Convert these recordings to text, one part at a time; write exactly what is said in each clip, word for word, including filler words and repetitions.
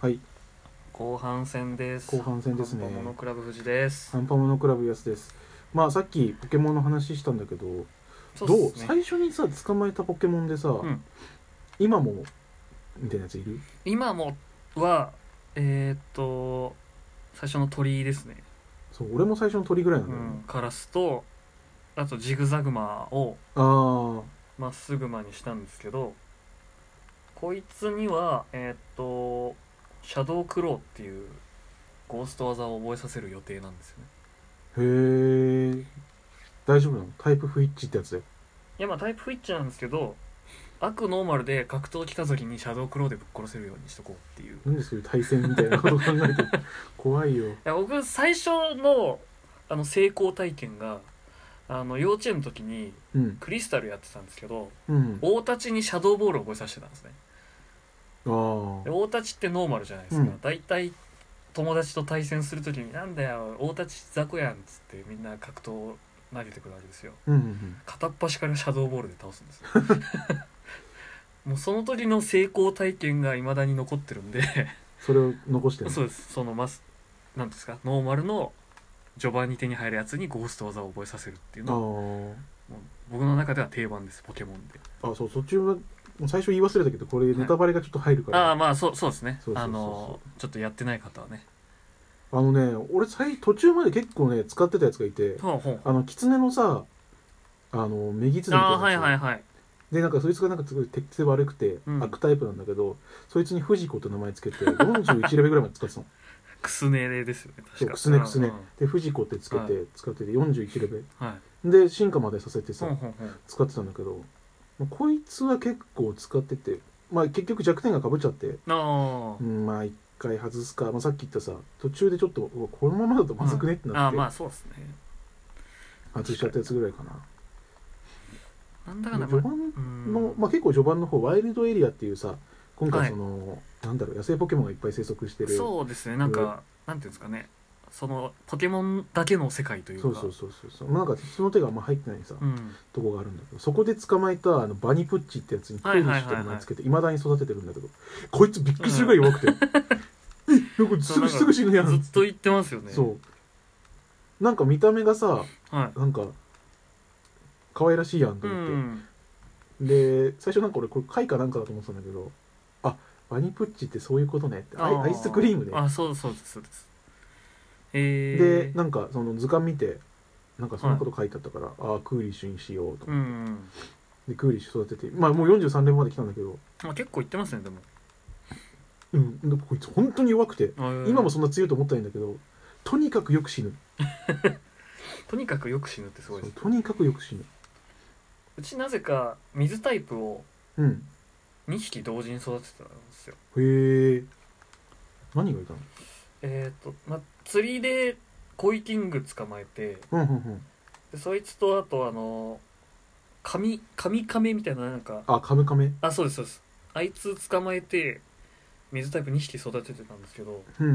はい、 後半戦です。 後半戦ですね。 ハンパモノクラブ藤です。 ハンパモノクラブやすです。まあさっきポケモンの話したんだけど、 そうどう、 っすね、 最初にさ捕まえたポケモンでさ、 うん、 今もみたいなやついる？ 今もはえー、っと最初の鳥ですね。 そう、俺も最初の鳥ぐらいなんだよね、 うん、カラスとあとジグザグマをあまっすぐマにしたんですけど、こいつにはえー、っとシャドウクローっていうゴースト技を覚えさせる予定なんですよね。 ー、へえ、大丈夫なの？タイプフイッチってやつだよ。 いやまあタイプフィッチなんですけど、悪ノーマルで格闘来た時にシャドウクローでぶっ殺せるようにしとこうっていう。 なんでそういう対戦みたいなこと考えてる怖いよ。 いや僕最初のあの成功体験があの幼稚園の時にうんクリスタルやってたんですけど、 うん大立ちにシャドーボールを覚えさせてたんですね。 ああで大立ちってノーマルじゃないですか、 うん、 だいたい友達と対戦する時になんだよ大立ち雑魚やんっつってみんな格闘を投げてくるわけですよ。 うんうん片っ端からシャドーボールで倒すんですよもうその時の成功体験が未だに残ってるんでそれを残してるそうです。そのマスなんですか、ノーマルの序盤に手に入るやつにゴースト技を覚えさせるっていうのはもう僕の中では定番です、ポケモンで。 ああ、そう、途中は最初言い忘れたけど、これネタバレがちょっと入るから、 ああまあそうそうですね。 そうそうそうそう、 あのちょっとやってない方はね。 あのね、俺最途中まで結構ね使ってたやつがいて、 ほうほう。 あのキツネのさ、あのメギツネみたいなやつ、 ああはいはいはい。 でなんかそいつがなんかすごい手癖悪くて、 うん悪タイプなんだけど、そいつにフジコって名前つけてよんじゅういちレベルぐらいまで使ってたの。 クスネレですよねそう、 確か。 クスネクスネ、 うんうん、 でフジコってつけはて使っててよんじゅういちレベルはいで進化までさせてさ、 ほうほうほう。 使ってたんだけど、まあこいつは結構使ってて、まあ結局弱点がかぶっちゃって、 あうん、まあ一回外すか、まあ、さっき言ったさ途中でちょっとうわこのままだとまずくねってあ、 なって、 あまあそうですね。 外しちゃったやつぐらいかな。 なんだかんだ序盤の、まあ、結構序盤の方ワイルドエリアっていうさ、今回その、なんだろう、野生ポケモンがいっぱい生息してる、 そうですね、なんかなんていうんですかね、そのポケモンだけの世界というか、 そうそうそうそうそう、まあ、なんか人の手があんま入ってないさ、 うん、 とこがあるんだけど、そこで捕まえたあのバニプッチってやつにクーリッシュって名前つけていまだに育ててるんだけど、こいつびっくりするぐらい弱くて、えなんかすぐすぐ死ぬやん、 ずっと言ってますよね。 そうなんか見た目がさ、 はい、 なんか可愛らしいやんとう思って、 ん、 で最初なんか俺これ貝かなんかだと思ってたんだけど、あバニプッチってそういうことねって、アイアイスクリームで、 あそうそうですそうです。えー、 でなんかその図鑑見てなんかそんなこと書いてあったから、はい、ああクーリッシュにしようと思って、うん、でクーリッシュ育てて、まあもうよんじゅうさんレベルまで来たんだけど、 あ結構いってますねでも。 うんでこいつ本当に弱くて、今もそんな強いと思ったんだけど、とにかくよく死ぬとにかくよく死ぬってすごいです。 とにかくよく死ぬ。 うちなぜか水タイプをうんにひき同時に育ててたんですよ。 へえ、何がいたの？ えっ、ー、と、ま、釣りでコイキング捕まえて、 うんうんうん、 でそいつとあとあのカミカミカメみたいななんか、 あカムカメ、 あそうですそうです、あいつ捕まえて水タイプにひき育ててたんですけど、 うんうん、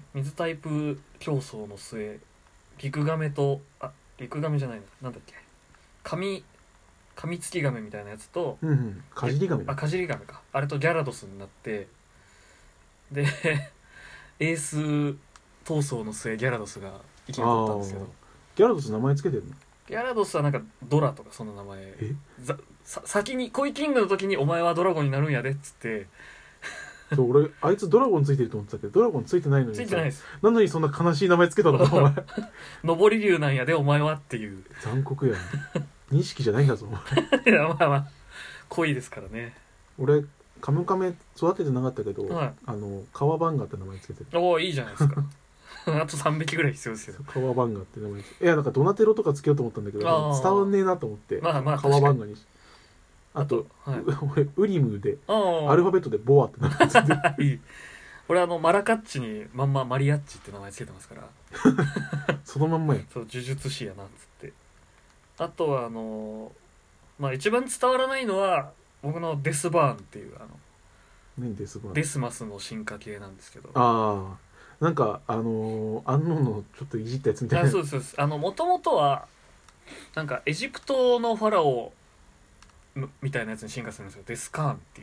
水タイプ競争の末リクガメとあリクガメじゃないな、なんだっけ、カミカミツキガメみたいなやつと、 うんうん、カジリガメあカジリガメか、あれとギャラドスになって、でエース闘争の末ギャラドスが生き残ったんですけど、 ギャラドス名前つけてるの？ ギャラドスはなんかドラとかその名前、 えざさ先にコイキングの時にお前はドラゴンになるんやでっつってそう俺あいつドラゴンついてると思ってたけどドラゴンついてないのにさ、 ついてないです。 なのにそんな悲しい名前つけたのかお前上り竜なんやでお前はっていう残酷やん錦じゃないんだぞお前いやまあまあ恋ですからね。 俺カムカメ育ててなかったけど、 はい、 あのカワバンガって名前つけてる。 おおいいじゃないですかあとさんびきぐらい必要ですよ。 カワバンガって名前つけて、いやなんかドナテロとかつけようと思ったんだけど伝わんねえなと思って、 まあまあカワバンガにし、あと、 はい、 俺ウリムでアルファベットでボアって名前つけていい。俺あのマラカッチにまんまマリアッチって名前つけてますからそのまんまや。 そう呪術師やなっつって。あとはあのまあ一番伝わらないのは僕のデスバーンっていうあの何デスバーン、 デスマスの進化系なんですけど、 ああなんかあのー、アンノーンのちょっといじったやつみたいな。 あそうですそうです。あの元々はなんかエジプトのファラオみたいなやつに進化するんですよ、デスカーンっていう。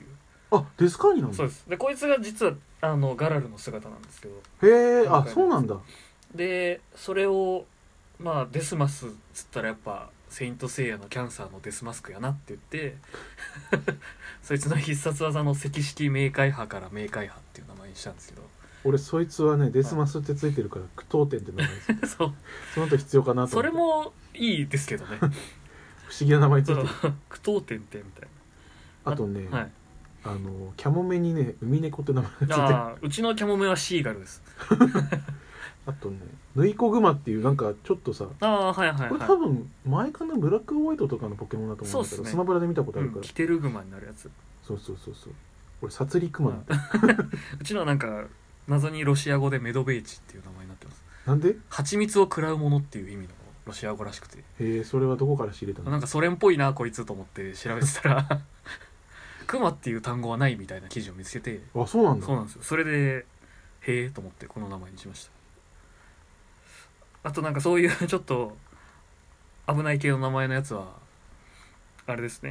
あデスカーニなんだ。 そうです。でこいつが実はあのガラルの姿なんですけど、 へえ、あ今回のそうなんだ。 でそれをまあデスマスっつったらやっぱセイントセイヤのキャンサーのデスマスクやなって言ってそいつの必殺技の赤色冥界派から冥界派っていう名前にしたんですけど、 俺そいつはねデスマスってついてるから句読点って名前ですそうその後必要かなと思って。 それもいいですけどね不思議な名前ついてる。 句読点ってみたいあとね、 な、はい、 あのキャモメにね海猫って名前がついてる。 あうちのキャモメはシーガルです。 あとねヌイコグマっていうなんかちょっとさ、 ああはいはいこれはい多分前かなブラックホワイトとかのポケモンだと思うんだけど、 そうっすねスマブラで見たことあうるから、 ん、キテルグマになるやつ。 そうそうそうそう。俺サツリクマみたいな、 うちのはなんか謎にロシア語でメドベーチっていう名前になってます。 なんで。 蜂蜜を食らうものっていう意味のロシア語らしくて、 へえ、それはどこから仕入れたの。 なんかソ連っぽいなこいつと思って調べてたらクマっていう単語はないみたいな記事を見つけて、 あそうなんだ。 そうなんですよ。それでへえと思ってこの名前にしました。あとなんかそういうちょっと危ない系の名前のやつはあれですね、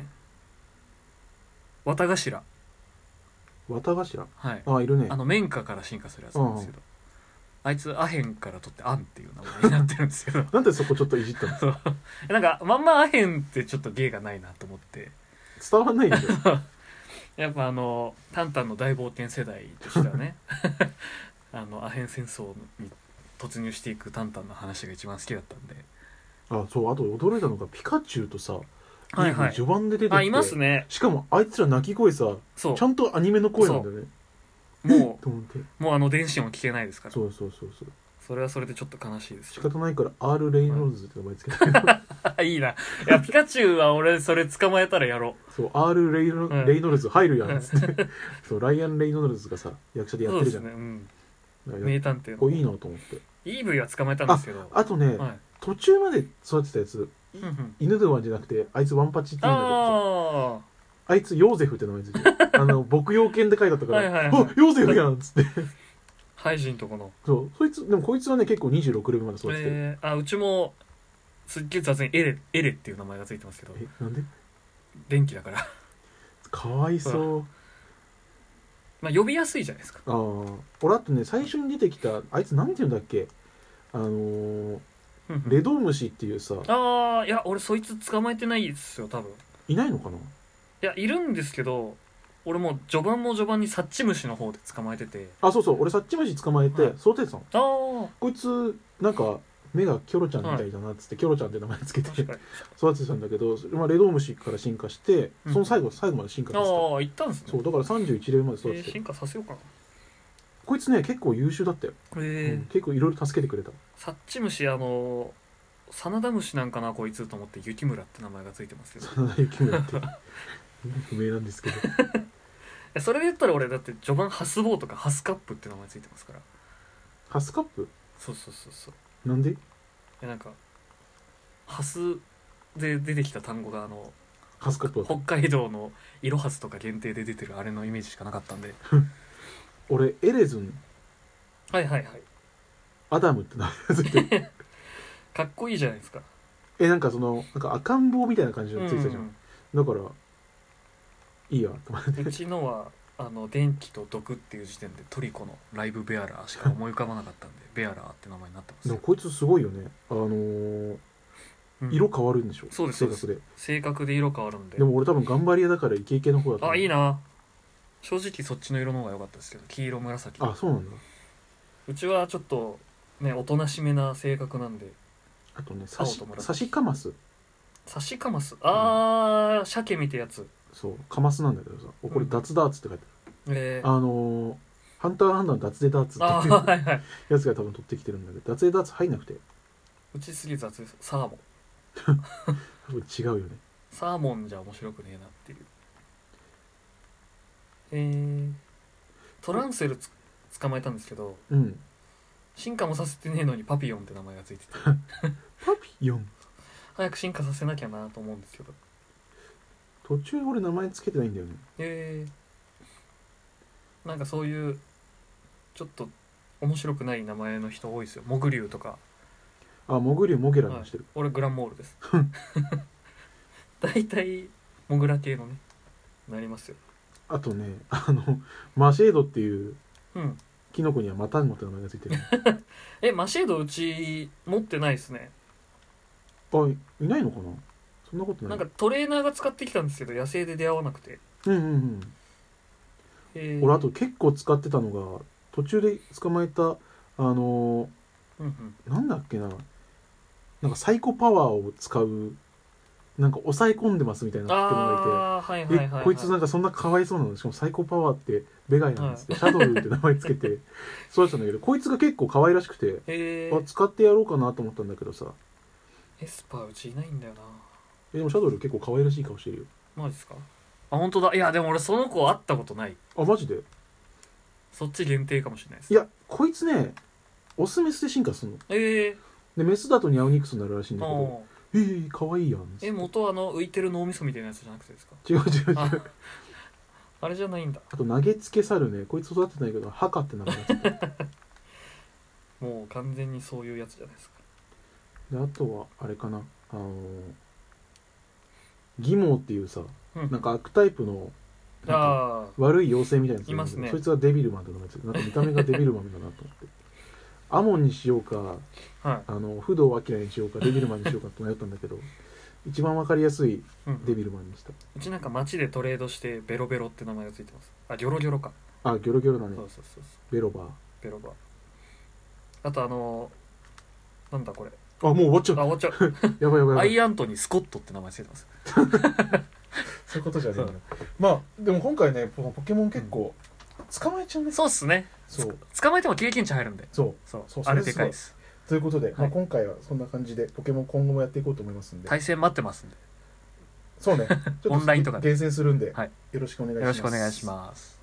綿頭。 綿頭。 はい、 あいるね。 あの綿花から進化するやつなんですけど、あいつアヘンから取ってアンっていう名前になってるんですけどなんでそこちょっといじったの。 そうなんかまんまアヘンってちょっと芸がないなと思って、 伝わんないでしょやっぱあのタンタンの大冒険世代としてはねあのアヘン戦争に突入していくタンタンの話が一番好きだったんで。 あそう、あと驚いたのがピカチュウとさ、 はいはい、 序盤で出てきて、 あいますね。 しかもあいつら鳴き声さそうちゃんとアニメの声なんだよね。 もと思ってうもうあの電子音聞けないですから、 そうそうそうそう。 それはそれでちょっと悲しいです仕方ないから R レイノルズって名前つけたけど、 いいな。いやピカチュウは俺それ捕まえたらやろそう R レイノ、 うんレイノルズ入るやんっつってそうライアン・レイノルズがさ役者でう。 やってるじゃん。 そうですね、うん、 だから名探偵のこういいなと思って。 イーブイは捕まえたんですけど、 あとね、 はい、 途中まで育てたやつ、いうんうん犬ドワンじゃなくてあいつワンパチって言うんだけどああいつヨーゼフって名前ついてるあの牧羊犬で書いてあったからはいはいはいあヨーゼフやんっつってあハイジンとこの、 そうそいつでもこいつはね結構にじゅうろくレベルまで育ててる。 えー、あうちもすっげえ雑にエレエレっていう名前がついてますけど、 えなんで電気だからかわいそう。 まあ呼びやすいじゃないですか。 ああ俺あとね最初に出てきたあいつなんて言うんだっけ、あのー、レドウムシっていうさああいや俺そいつ捕まえてないですよ多分。 いないのかな。 いやいるんですけど俺もう序盤も序盤にサッチムシの方で捕まえてて、 あそうそう俺サッチムシ捕まえて、 はい育ててたの。 ああこいつなんか目がキョロちゃんみたいだなっつって、キョロちゃんって名前つけて確かに育ててたんだけど、まあ、レドウムシから進化してうんその最後、最後まで進化させた。 ああ行ったんですね。 そうだからさんじゅういちレベルまで育ててる、 えー進化させようかな。 こいつね結構優秀だったよ、 えーうん、結構いろいろ助けてくれた。 サッチムシあのサナダムシなんかなこいつと思って雪村って名前がついてますけど真田幸村って不明なんですけどえそれで言ったら俺だって序盤ハスボーとかハスカップって名前ついてますから。 ハスカップそうそうそうそうなんで。 えなんかハスで出てきた単語があのハスカップだった北海道のイロハスとか限定で出てるあれのイメージしかなかったんで俺エレズンはいはいはいアダムって名前ついてるかっこいいじゃないですか。 えなんかそのなんか赤ん坊みたいな感じのついてたじゃん、 うんだからいいやと思ってうちのはあの電気と毒っていう時点でトリコのライブベアラーしか思い浮かばなかったんでベアラーって名前になってますよ。 でもこいつすごいよね。あのーうん色変わるんでしょ、 そうです性格で。 性格で色変わるんで。 でも俺多分頑張り屋だからイケイケの方だと思う。 あいいな。正直そっちの色の方が良かったですけど黄色紫。 あそうなんだ。 うちはちょっとねおとなしめな性格なんで。 あとねサシ青と紫サシカマス、 サシカマスあー、鮭みたいやつ。 そうカマスなんだけどさ、おこれ脱ダーツって書いてある、 えー、 あのー、ハンターハンターの脱でダーツあっていうーはいはい。 やつが多分取ってきてるんだけど、脱でダーツ入んなくてうちすげえ雑です。サーモン多分違うよね。 サーモンじゃ面白くねえなっていう。えー、トランセルつ捕まえたんですけどうん進化もさせてねえのにパピヨンって名前がついててパピヨン早く進化させなきゃなと思うんですけど。 途中俺名前つけてないんだよね。 えー、なんかそういうちょっと面白くない名前の人多いですよ。モグリュウとか。 あモグリュウモゲラにしてる、 俺グランモールです大体モグラ系のねなりますよ。 あとねあのマシェードっていううんキノコにはマタンゴって名前がついてるえマシェードうち持ってないですね。 あいないのかな、そんなことない。 なんかトレーナーが使ってきたんですけど野生で出会わなくて。 うんうんうんえー、 俺あと結構使ってたのが途中で捕まえたあのうんうんーなんだっけな、なんかサイコパワーを使うなんか抑え込んでますみたいなポケモンがああはいいて、 はいはい、はい、 えこいつなんかそんなかわいそうなの、しかもサイコパワーってベガイなんですって、シャドウって名前つけてそうだったんだけど、こいつが結構可愛らしくて、 えー、 あ使ってやろうかなと思ったんだけどさ。 エスパーうちいないんだよな。 えでもシャドウ結構可愛らしい顔してるよ。 マジですか。あ本当だ。いやでも俺その子会ったことない。 あマジで。 そっち限定かもしれないです。 いやこいつねオスメスで進化するのえー、 で、メスだとニャオニクスになるらしいんだけど、 おえー、かわいいやん。 え元あの浮いてる脳みそみたいなやつじゃなくてですか。 違う違う違う。 あああれじゃないんだ。 と投げつけ猿ね、こいつ育ってないけどハカって名前がついてるもう完全にそういうやつじゃないですか。 であとはあれかな、あのギモーっていうさ、 うんなんか悪タイプのなんかああ悪い妖精みたいなやついますねそいつがデビルマンって名前ついてる。なんか見た目がデビルマンだなと思ってアモンにしようか、 はいあの不動明にしようかデビルマンにしようかって迷ったんだけど一番わかりやすいうんデビルマンにした。 うちなんか街でトレードしてベロベロって名前がついてます。あギョロギョロか。 あギョロギョロだね。 そうそうそうそうベロバー。 ベロバあとあのなんだこれ。 あもう終わっちゃうあ終わっちゃうやばいやばいやばい。 アイアントニー・スコットって名前ついてます。 そういうことじゃねえんだ。まあでも今回ねポポケモン結構捕まえちゃうね。 そうっすね。 そう捕まえても経験値入るんで。 そうそうそうあれそれすごいでかいです。 ということで、まあ、 はい今回はそんな感じでポケモン今後もやっていこうと思いますんで、 対戦待ってますんでそうねちょっとオンラインとかで厳選するんで、 はいよろしくお願いします。 よろしくお願いします。